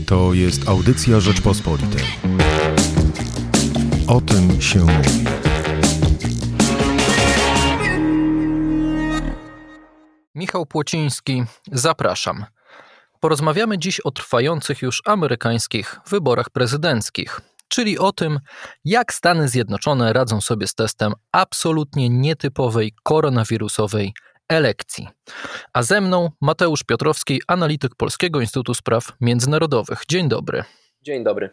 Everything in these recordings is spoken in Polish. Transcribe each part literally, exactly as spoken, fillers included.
To jest audycja Rzeczpospolitej. O tym się mówi. Michał Płociński, zapraszam. Porozmawiamy dziś o trwających już amerykańskich wyborach prezydenckich, czyli o tym, jak Stany Zjednoczone radzą sobie z testem absolutnie nietypowej koronawirusowej elekcji. A ze mną Mateusz Piotrowski, analityk Polskiego Instytutu Spraw Międzynarodowych. Dzień dobry. Dzień dobry.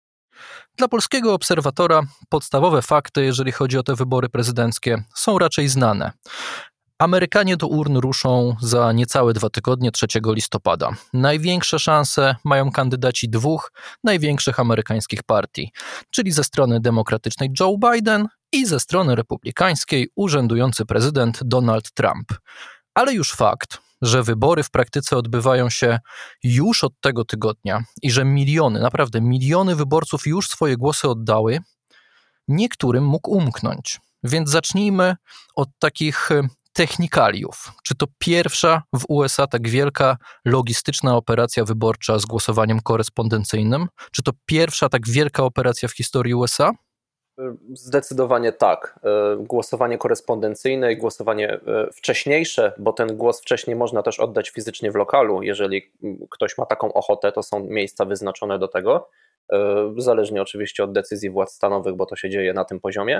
Dla polskiego obserwatora podstawowe fakty, jeżeli chodzi o te wybory prezydenckie, są raczej znane. Amerykanie do urn ruszą za niecałe dwa tygodnie, trzeciego listopada. Największe szanse mają kandydaci dwóch największych amerykańskich partii, czyli ze strony demokratycznej Joe Biden i ze strony republikańskiej urzędujący prezydent Donald Trump. Ale już fakt, że wybory w praktyce odbywają się już od tego tygodnia i że miliony, naprawdę miliony wyborców już swoje głosy oddały, niektórym mógł umknąć. Więc zacznijmy od takich technikaliów. Czy to pierwsza w U S A tak wielka logistyczna operacja wyborcza z głosowaniem korespondencyjnym? Czy to pierwsza tak wielka operacja w historii U S A? Zdecydowanie tak. Głosowanie korespondencyjne i głosowanie wcześniejsze, bo ten głos wcześniej można też oddać fizycznie w lokalu. Jeżeli ktoś ma taką ochotę, to są miejsca wyznaczone do tego, zależnie oczywiście od decyzji władz stanowych, bo to się dzieje na tym poziomie.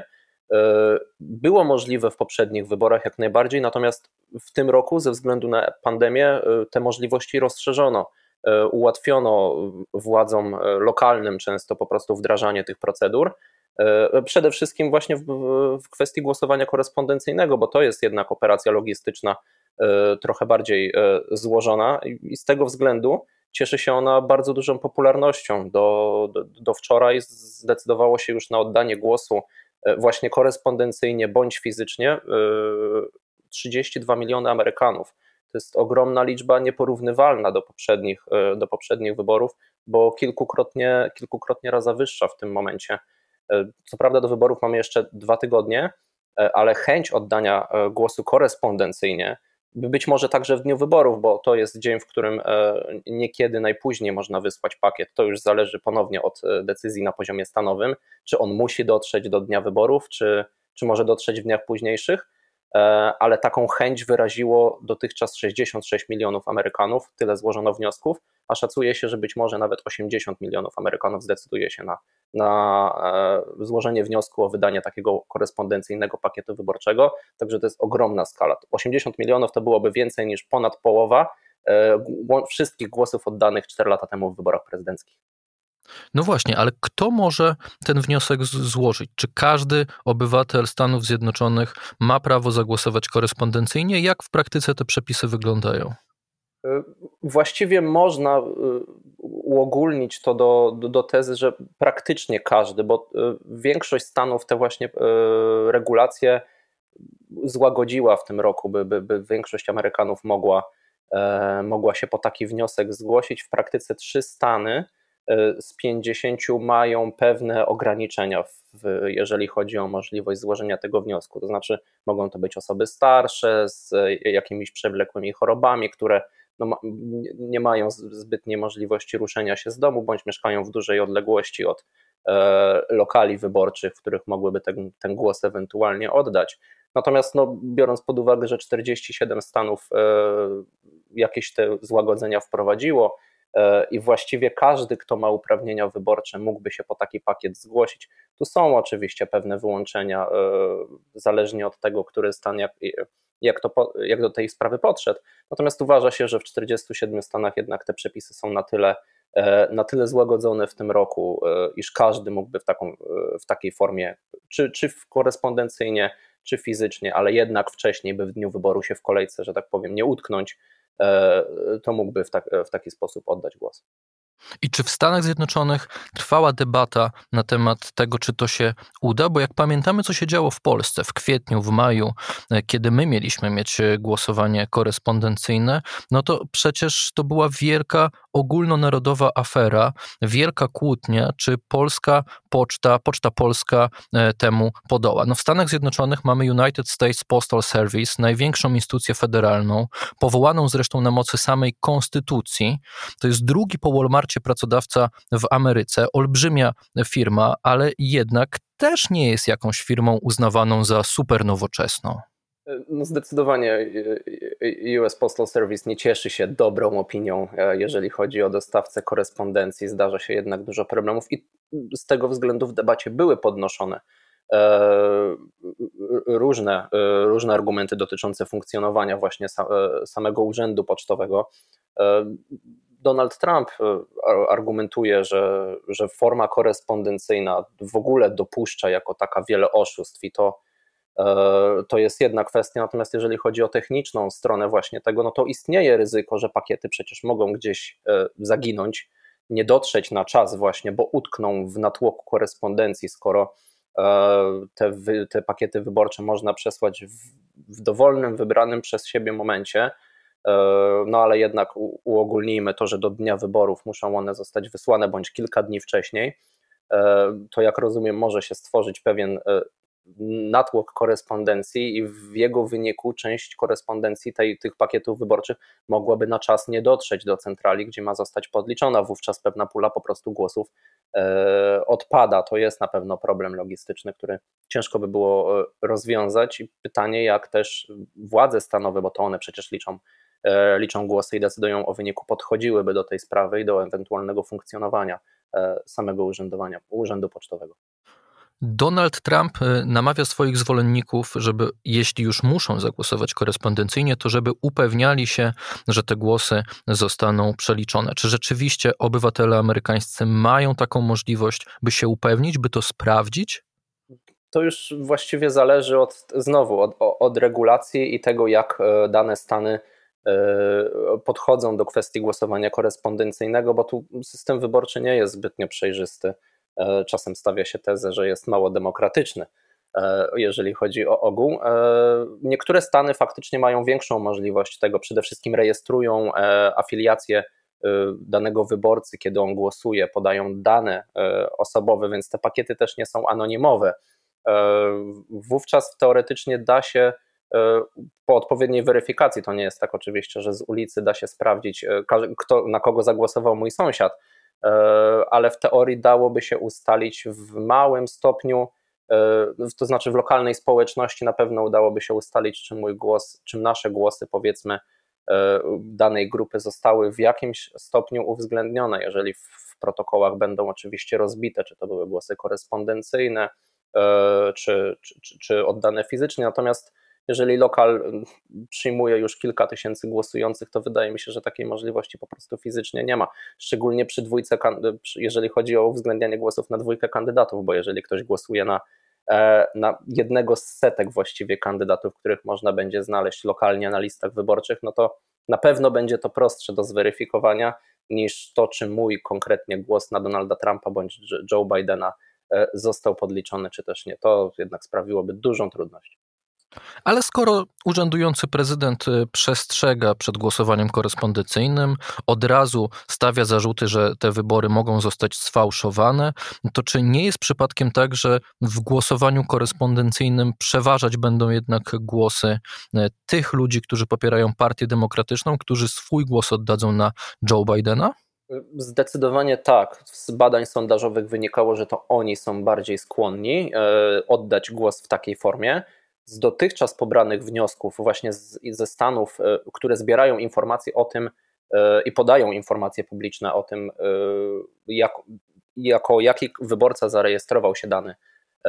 Było możliwe w poprzednich wyborach jak najbardziej, natomiast w tym roku ze względu na pandemię te możliwości rozszerzono. Ułatwiono władzom lokalnym często po prostu wdrażanie tych procedur. Przede wszystkim właśnie w, w kwestii głosowania korespondencyjnego, bo to jest jednak operacja logistyczna trochę bardziej złożona i z tego względu cieszy się ona bardzo dużą popularnością. Do, do, do wczoraj zdecydowało się już na oddanie głosu właśnie korespondencyjnie bądź fizycznie trzydzieści dwa miliony Amerykanów. To jest ogromna liczba, nieporównywalna do poprzednich, do poprzednich wyborów, bo kilkukrotnie, kilkukrotnie raza wyższa w tym momencie. Co prawda do wyborów mamy jeszcze dwa tygodnie, ale chęć oddania głosu korespondencyjnie, być może także w dniu wyborów, bo to jest dzień, w którym niekiedy najpóźniej można wysłać pakiet. To już zależy ponownie od decyzji na poziomie stanowym, czy on musi dotrzeć do dnia wyborów, czy, czy może dotrzeć w dniach późniejszych, ale taką chęć wyraziło dotychczas sześćdziesiąt sześć milionów Amerykanów, tyle złożono wniosków, a szacuje się, że być może nawet osiemdziesiąt milionów Amerykanów zdecyduje się na, na złożenie wniosku o wydanie takiego korespondencyjnego pakietu wyborczego, także to jest ogromna skala. osiemdziesiąt milionów to byłoby więcej niż ponad połowa wszystkich głosów oddanych cztery lata temu w wyborach prezydenckich. No właśnie, ale kto może ten wniosek z- złożyć? Czy każdy obywatel Stanów Zjednoczonych ma prawo zagłosować korespondencyjnie? Jak w praktyce te przepisy wyglądają? Właściwie można uogólnić to do, do, do tezy, że praktycznie każdy, bo większość stanów te właśnie regulacje złagodziła w tym roku, by, by, by większość Amerykanów mogła, mogła się po taki wniosek zgłosić. W praktyce trzy stany z pięćdziesięciu mają pewne ograniczenia, w, jeżeli chodzi o możliwość złożenia tego wniosku. To znaczy mogą to być osoby starsze z jakimiś przewlekłymi chorobami, które no, nie mają zbytniej możliwości ruszenia się z domu, bądź mieszkają w dużej odległości od e, lokali wyborczych, w których mogłyby ten, ten głos ewentualnie oddać. Natomiast no, biorąc pod uwagę, że czterdzieści siedem stanów e, jakieś te złagodzenia wprowadziło, i właściwie każdy, kto ma uprawnienia wyborcze, mógłby się po taki pakiet zgłosić. Tu są oczywiście pewne wyłączenia, zależnie od tego, który stan jak, jak, to, jak do tej sprawy podszedł. Natomiast uważa się, że w czterdziestu siedmiu stanach jednak te przepisy są na tyle, na tyle złagodzone w tym roku, iż każdy mógłby w, taką, w takiej formie, czy, czy korespondencyjnie, czy fizycznie, ale jednak wcześniej, by w dniu wyboru się w kolejce, że tak powiem, nie utknąć, to mógłby w, tak, w taki sposób oddać głos. I czy w Stanach Zjednoczonych trwała debata na temat tego, czy to się uda? Bo jak pamiętamy, co się działo w Polsce w kwietniu, w maju, kiedy my mieliśmy mieć głosowanie korespondencyjne, no to przecież to była wielka ogólnonarodowa afera, wielka kłótnia, czy polska poczta, Poczta Polska temu podoła. No w Stanach Zjednoczonych mamy United States Postal Service, największą instytucję federalną, powołaną zresztą na mocy samej konstytucji. To jest drugi po Walmartie otwarcie pracodawca w Ameryce, olbrzymia firma, ale jednak też nie jest jakąś firmą uznawaną za super nowoczesną. No zdecydowanie U S Postal Service nie cieszy się dobrą opinią, jeżeli chodzi o dostawcę korespondencji. Zdarza się jednak dużo problemów i z tego względu w debacie były podnoszone różne, różne argumenty dotyczące funkcjonowania właśnie samego urzędu pocztowego. Donald Trump argumentuje, że, że forma korespondencyjna w ogóle dopuszcza jako taka wiele oszustw i to to jest jedna kwestia, natomiast jeżeli chodzi o techniczną stronę właśnie tego, no to istnieje ryzyko, że pakiety przecież mogą gdzieś zaginąć, nie dotrzeć na czas właśnie, bo utkną w natłoku korespondencji, skoro te, wy, te pakiety wyborcze można przesłać w, w dowolnym, wybranym przez siebie momencie, no ale jednak uogólnijmy to, że do dnia wyborów muszą one zostać wysłane bądź kilka dni wcześniej, to jak rozumiem może się stworzyć pewien natłok korespondencji i w jego wyniku część korespondencji tej, tych pakietów wyborczych mogłaby na czas nie dotrzeć do centrali, gdzie ma zostać podliczona. Wówczas pewna pula po prostu głosów e, odpada. To jest na pewno problem logistyczny, który ciężko by było rozwiązać i pytanie, jak też władze stanowe, bo to one przecież liczą, e, liczą głosy i decydują o wyniku, podchodziłyby do tej sprawy i do ewentualnego funkcjonowania e, samego urzędowania, urzędu pocztowego. Donald Trump namawia swoich zwolenników, żeby jeśli już muszą zagłosować korespondencyjnie, to żeby upewniali się, że te głosy zostaną przeliczone. Czy rzeczywiście obywatele amerykańscy mają taką możliwość, by się upewnić, by to sprawdzić? To już właściwie zależy od, znowu od, od regulacji i tego, jak dane stany podchodzą do kwestii głosowania korespondencyjnego, bo tu system wyborczy nie jest zbytnio przejrzysty. Czasem stawia się tezę, że jest mało demokratyczny, jeżeli chodzi o ogół. Niektóre stany faktycznie mają większą możliwość tego, przede wszystkim rejestrują afiliację danego wyborcy, kiedy on głosuje, podają dane osobowe, więc te pakiety też nie są anonimowe. Wówczas teoretycznie da się po odpowiedniej weryfikacji, to nie jest tak oczywiście, że z ulicy da się sprawdzić, kto, na kogo zagłosował mój sąsiad, ale w teorii dałoby się ustalić w małym stopniu, to znaczy w lokalnej społeczności na pewno udałoby się ustalić, czy mój głos, czy nasze głosy powiedzmy danej grupy zostały w jakimś stopniu uwzględnione, jeżeli w protokołach będą oczywiście rozbite, czy to były głosy korespondencyjne, czy, czy, czy oddane fizycznie, natomiast jeżeli lokal przyjmuje już kilka tysięcy głosujących, to wydaje mi się, że takiej możliwości po prostu fizycznie nie ma. Szczególnie przy dwójce, jeżeli chodzi o uwzględnianie głosów na dwójkę kandydatów, bo jeżeli ktoś głosuje na, na jednego z setek właściwie kandydatów, których można będzie znaleźć lokalnie na listach wyborczych, no to na pewno będzie to prostsze do zweryfikowania niż to, czy mój konkretnie głos na Donalda Trumpa bądź Joe Bidena został podliczony, czy też nie. To jednak sprawiłoby dużą trudność. Ale skoro urzędujący prezydent przestrzega przed głosowaniem korespondencyjnym, od razu stawia zarzuty, że te wybory mogą zostać sfałszowane, to czy nie jest przypadkiem tak, że w głosowaniu korespondencyjnym przeważać będą jednak głosy tych ludzi, którzy popierają Partię Demokratyczną, którzy swój głos oddadzą na Joe Bidena? Zdecydowanie tak. Z badań sondażowych wynikało, że to oni są bardziej skłonni oddać głos w takiej formie. Z dotychczas pobranych wniosków właśnie z, ze Stanów, które zbierają informacje o tym i podają informacje publiczne o tym, jak, jako jaki wyborca zarejestrował się dany,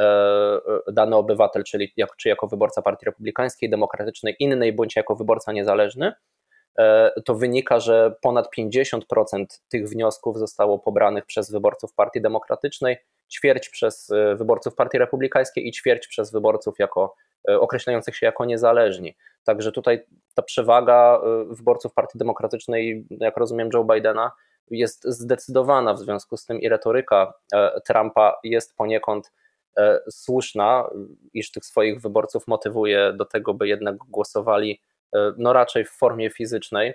dany obywatel, czyli jak, czy jako wyborca Partii Republikańskiej, Demokratycznej, innej, bądź jako wyborca niezależny, to wynika, że ponad pięćdziesiąt procent tych wniosków zostało pobranych przez wyborców Partii Demokratycznej, ćwierć przez wyborców Partii Republikańskiej i ćwierć przez wyborców jako, określających się jako niezależni. Także tutaj ta przewaga wyborców Partii Demokratycznej, jak rozumiem Joe Bidena, jest zdecydowana, w związku z tym i retoryka Trumpa jest poniekąd słuszna, iż tych swoich wyborców motywuje do tego, by jednak głosowali no raczej w formie fizycznej,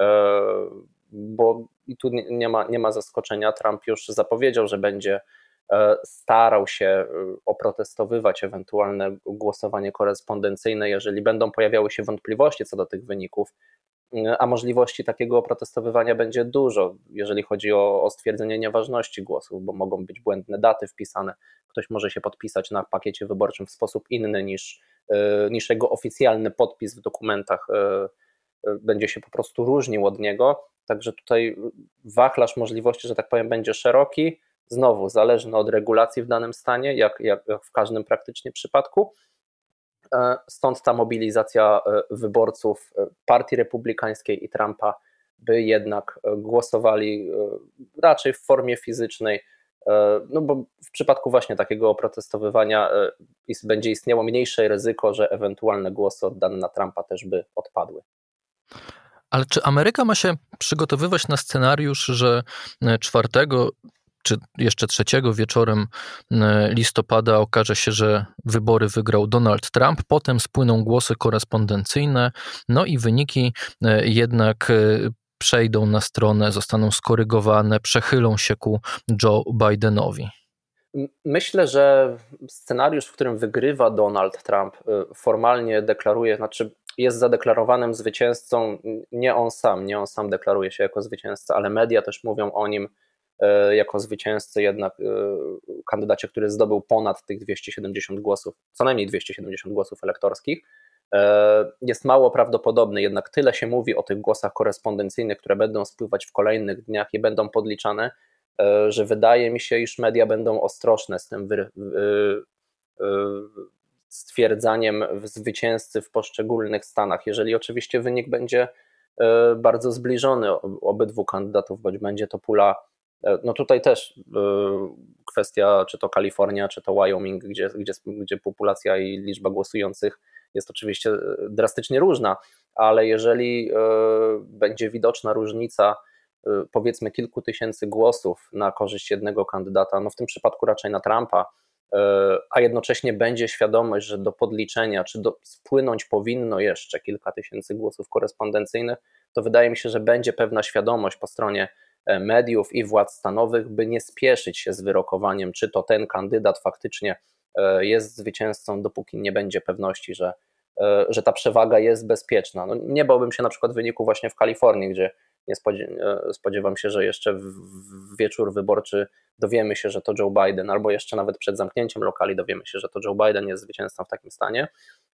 bo i tu nie ma, nie ma zaskoczenia. Trump już zapowiedział, że będzie starał się oprotestowywać ewentualne głosowanie korespondencyjne, jeżeli będą pojawiały się wątpliwości co do tych wyników. a możliwości takiego oprotestowywania będzie dużo, jeżeli chodzi o, o stwierdzenie nieważności głosów, bo mogą być błędne daty wpisane, ktoś może się podpisać na pakiecie wyborczym w sposób inny niż, niż jego oficjalny podpis w dokumentach będzie się po prostu różnił od niego, także tutaj wachlarz możliwości, że tak powiem, będzie szeroki, znowu zależny od regulacji w danym stanie, jak, jak w każdym praktycznie przypadku. Stąd ta mobilizacja wyborców Partii Republikańskiej i Trumpa, by jednak głosowali raczej w formie fizycznej, no bo w przypadku właśnie takiego oprotestowywania będzie istniało mniejsze ryzyko, że ewentualne głosy oddane na Trumpa też by odpadły. Ale czy Ameryka ma się przygotowywać na scenariusz, że czwartego czy jeszcze trzeciego wieczorem listopada okaże się, że wybory wygrał Donald Trump, potem spłyną głosy korespondencyjne, no i wyniki jednak przejdą na stronę, zostaną skorygowane, przechylą się ku Joe Bidenowi? Myślę, że scenariusz, w którym wygrywa Donald Trump, formalnie deklaruje, znaczy jest zadeklarowanym zwycięzcą, nie on sam, nie on sam deklaruje się jako zwycięzca, ale media też mówią o nim jako zwycięzcy, jednak kandydacie, który zdobył ponad tych dwieście siedemdziesiąt głosów, co najmniej dwieście siedemdziesiąt głosów elektorskich, jest mało prawdopodobny, jednak tyle się mówi o tych głosach korespondencyjnych, które będą spływać w kolejnych dniach i będą podliczane, że wydaje mi się, iż media będą ostrożne z tym wy, wy, stwierdzaniem zwycięzcy w poszczególnych stanach. Jeżeli oczywiście wynik będzie bardzo zbliżony obydwu kandydatów, bądź będzie to pula, no tutaj też kwestia, czy to Kalifornia, czy to Wyoming, gdzie, gdzie, gdzie populacja i liczba głosujących jest oczywiście drastycznie różna, ale jeżeli będzie widoczna różnica, powiedzmy kilku tysięcy głosów na korzyść jednego kandydata, no w tym przypadku raczej na Trumpa, a jednocześnie będzie świadomość, że do podliczenia, czy do, spłynąć powinno jeszcze kilka tysięcy głosów korespondencyjnych, to wydaje mi się, że będzie pewna świadomość po stronie mediów i władz stanowych, by nie spieszyć się z wyrokowaniem, czy to ten kandydat faktycznie jest zwycięzcą, dopóki nie będzie pewności, że, że ta przewaga jest bezpieczna. No, nie bałbym się na przykład wyniku właśnie w Kalifornii, gdzie nie spodziewam się, że jeszcze w wieczór wyborczy dowiemy się, że to Joe Biden, albo jeszcze nawet przed zamknięciem lokali dowiemy się, że to Joe Biden jest zwycięzcą w takim stanie,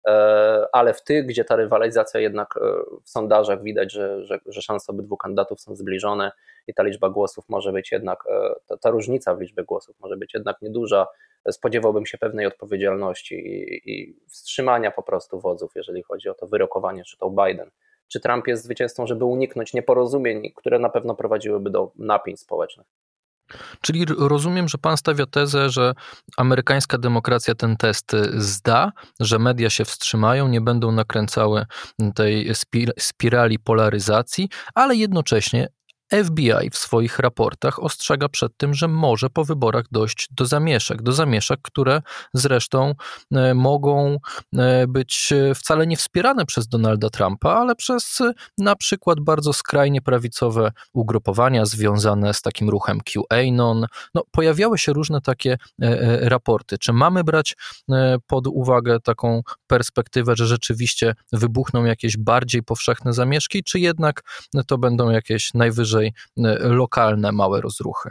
ale w tych, gdzie ta rywalizacja jednak w sondażach widać, że, że, że szanse obydwu kandydatów są zbliżone i ta liczba głosów może być jednak, ta, ta różnica w liczbie głosów może być jednak nieduża, spodziewałbym się pewnej odpowiedzialności i, i wstrzymania po prostu wodzów, jeżeli chodzi o to wyrokowanie, czy to Biden, czy Trump jest zwycięzcą, żeby uniknąć nieporozumień, które na pewno prowadziłyby do napięć społecznych. Czyli rozumiem, że pan stawia tezę, że amerykańska demokracja ten test zda, że media się wstrzymają, nie będą nakręcały tej spirali polaryzacji, ale jednocześnie F B I w swoich raportach ostrzega przed tym, że może po wyborach dojść do zamieszek, do zamieszek, które zresztą mogą być wcale nie wspierane przez Donalda Trumpa, ale przez na przykład bardzo skrajnie prawicowe ugrupowania związane z takim ruchem QAnon. No, pojawiały się różne takie raporty. Czy mamy brać pod uwagę taką perspektywę, że rzeczywiście wybuchną jakieś bardziej powszechne zamieszki, czy jednak to będą jakieś najwyżej lokalne, małe rozruchy?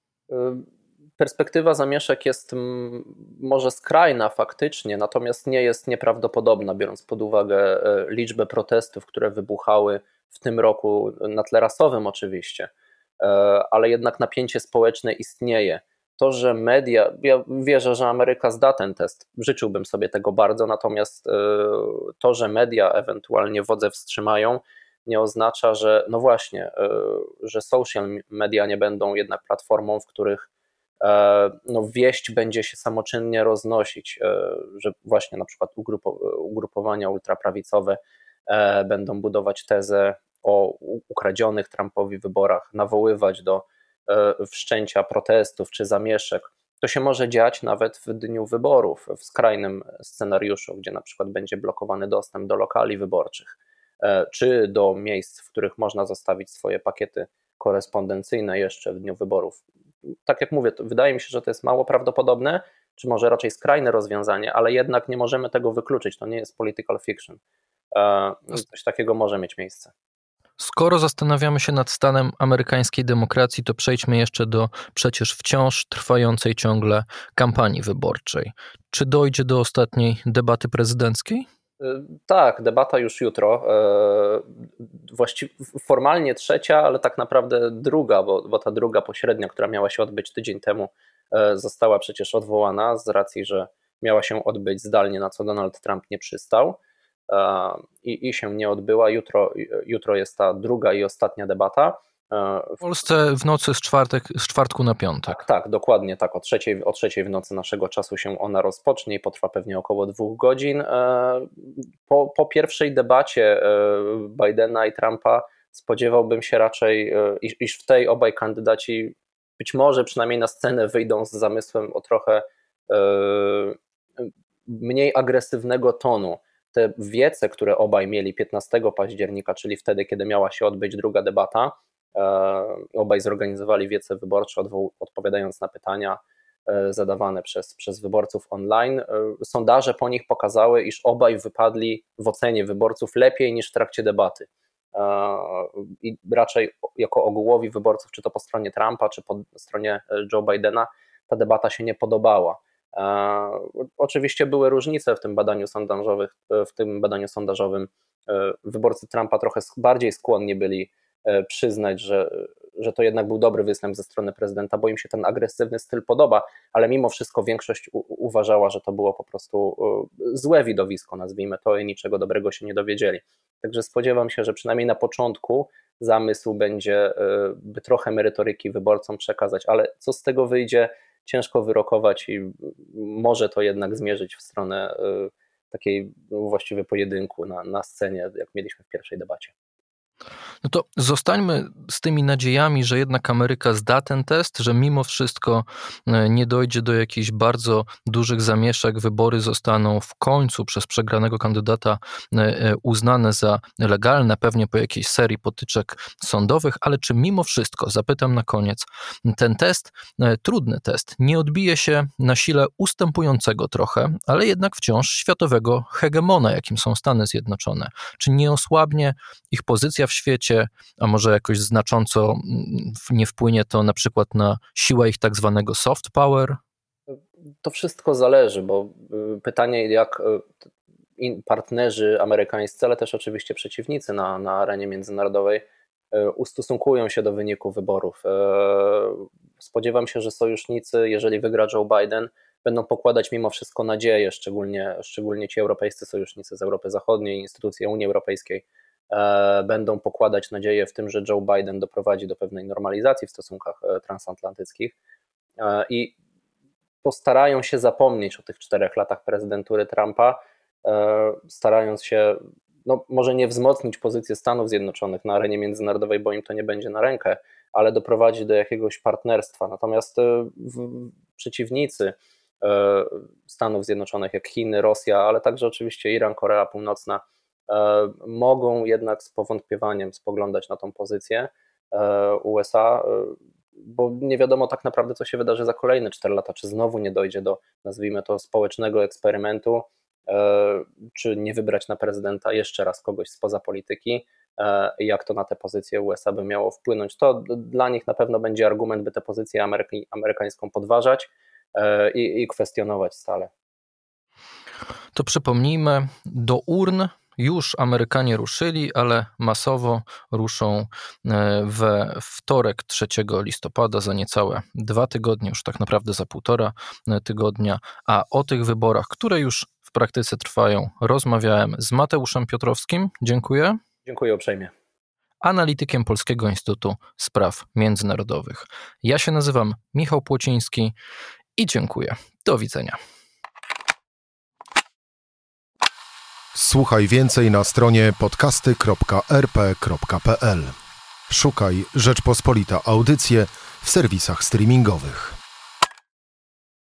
Perspektywa zamieszek jest może skrajna faktycznie, natomiast nie jest nieprawdopodobna, biorąc pod uwagę liczbę protestów, które wybuchały w tym roku na tle rasowym oczywiście, ale jednak napięcie społeczne istnieje. To, że media, ja wierzę, że Ameryka zda ten test, życzyłbym sobie tego bardzo, natomiast to, że media ewentualnie wodze wstrzymają, nie oznacza, że no właśnie, że social media nie będą jednak platformą, w których no wieść będzie się samoczynnie roznosić, że właśnie na przykład ugrupowania ultraprawicowe będą budować tezę o ukradzionych Trumpowi wyborach, nawoływać do wszczęcia protestów czy zamieszek. To się może dziać nawet w dniu wyborów, w skrajnym scenariuszu, gdzie na przykład będzie blokowany dostęp do lokali wyborczych, czy do miejsc, w których można zostawić swoje pakiety korespondencyjne jeszcze w dniu wyborów. Tak jak mówię, to wydaje mi się, że to jest mało prawdopodobne, czy może raczej skrajne rozwiązanie, ale jednak nie możemy tego wykluczyć, to nie jest political fiction. Coś takiego może mieć miejsce. Skoro zastanawiamy się nad stanem amerykańskiej demokracji, to przejdźmy jeszcze do przecież wciąż trwającej ciągle kampanii wyborczej. Czy dojdzie do ostatniej debaty prezydenckiej? Tak, debata już jutro. Właściwie formalnie trzecia, ale tak naprawdę druga, bo, bo ta druga pośrednia, która miała się odbyć tydzień temu, została przecież odwołana z racji, że miała się odbyć zdalnie, na co Donald Trump nie przystał. I, i się nie odbyła. Jutro, jutro jest ta druga i ostatnia debata. W Polsce w nocy z, czwartek, z czwartku na piątek. Tak, tak, dokładnie tak. O trzeciej, o trzeciej w nocy naszego czasu się ona rozpocznie i potrwa pewnie około dwóch godzin. Po, po pierwszej debacie Bidena i Trumpa spodziewałbym się raczej, iż, iż w tej obaj kandydaci być może przynajmniej na scenę wyjdą z zamysłem o trochę mniej agresywnego tonu. Te wiece, które obaj mieli piętnastego października, czyli wtedy, kiedy miała się odbyć druga debata, obaj zorganizowali wiece wyborcze, odpowiadając na pytania zadawane przez, przez wyborców online. Sondaże po nich pokazały, iż obaj wypadli w ocenie wyborców lepiej niż w trakcie debaty. I raczej jako ogółowi wyborców, czy to po stronie Trumpa, czy po stronie Joe Bidena, ta debata się nie podobała. Oczywiście były różnice w tym badaniu sondażowym, w tym badaniu sondażowym. Wyborcy Trumpa trochę bardziej skłonni byli przyznać, że, że to jednak był dobry występ ze strony prezydenta, bo im się ten agresywny styl podoba, ale mimo wszystko większość u, uważała, że to było po prostu złe widowisko, nazwijmy to, i niczego dobrego się nie dowiedzieli. Także spodziewam się, że przynajmniej na początku zamysł będzie, by trochę merytoryki wyborcom przekazać, ale co z tego wyjdzie, ciężko wyrokować i może to jednak zmierzyć w stronę takiej właściwie pojedynku na, na scenie, jak mieliśmy w pierwszej debacie. No to zostańmy z tymi nadziejami, że jednak Ameryka zda ten test, że mimo wszystko nie dojdzie do jakichś bardzo dużych zamieszek, wybory zostaną w końcu przez przegranego kandydata uznane za legalne, pewnie po jakiejś serii potyczek sądowych, ale czy mimo wszystko, zapytam na koniec, ten test, trudny test, nie odbije się na sile ustępującego trochę, ale jednak wciąż światowego hegemona, jakim są Stany Zjednoczone? Czy nie osłabnie ich pozycja w świecie, a może jakoś znacząco nie wpłynie to na przykład na siłę ich tak zwanego soft power? To wszystko zależy, bo pytanie, jak partnerzy amerykańscy, ale też oczywiście przeciwnicy na, na arenie międzynarodowej ustosunkują się do wyniku wyborów. Spodziewam się, że sojusznicy, jeżeli wygra Joe Biden, będą pokładać mimo wszystko nadzieję, szczególnie, szczególnie ci europejscy sojusznicy z Europy Zachodniej, instytucje Unii Europejskiej, będą pokładać nadzieję w tym, że Joe Biden doprowadzi do pewnej normalizacji w stosunkach transatlantyckich i postarają się zapomnieć o tych czterech latach prezydentury Trumpa, starając się, no może nie wzmocnić pozycję Stanów Zjednoczonych na arenie międzynarodowej, bo im to nie będzie na rękę, ale doprowadzić do jakiegoś partnerstwa. Natomiast przeciwnicy Stanów Zjednoczonych, jak Chiny, Rosja, ale także oczywiście Iran, Korea Północna, mogą jednak z powątpiewaniem spoglądać na tą pozycję U S A, bo nie wiadomo tak naprawdę, co się wydarzy za kolejne cztery lata, czy znowu nie dojdzie do, nazwijmy to, społecznego eksperymentu, czy nie wybrać na prezydenta jeszcze raz kogoś spoza polityki, jak to na tę pozycję U S A by miało wpłynąć. To dla nich na pewno będzie argument, by tę pozycję ameryki, amerykańską podważać i, i kwestionować stale. To przypomnijmy, do urn już Amerykanie ruszyli, ale masowo ruszą we wtorek trzeciego listopada, za niecałe dwa tygodnie, już tak naprawdę za półtora tygodnia, a o tych wyborach, które już w praktyce trwają, rozmawiałem z Mateuszem Piotrowskim. Dziękuję. Dziękuję uprzejmie. Analitykiem Polskiego Instytutu Spraw Międzynarodowych. Ja się nazywam Michał Płociński i dziękuję. Do widzenia. Słuchaj więcej na stronie podcasty kropka er pe kropka pe el. Szukaj Rzeczpospolita Audycje w serwisach streamingowych.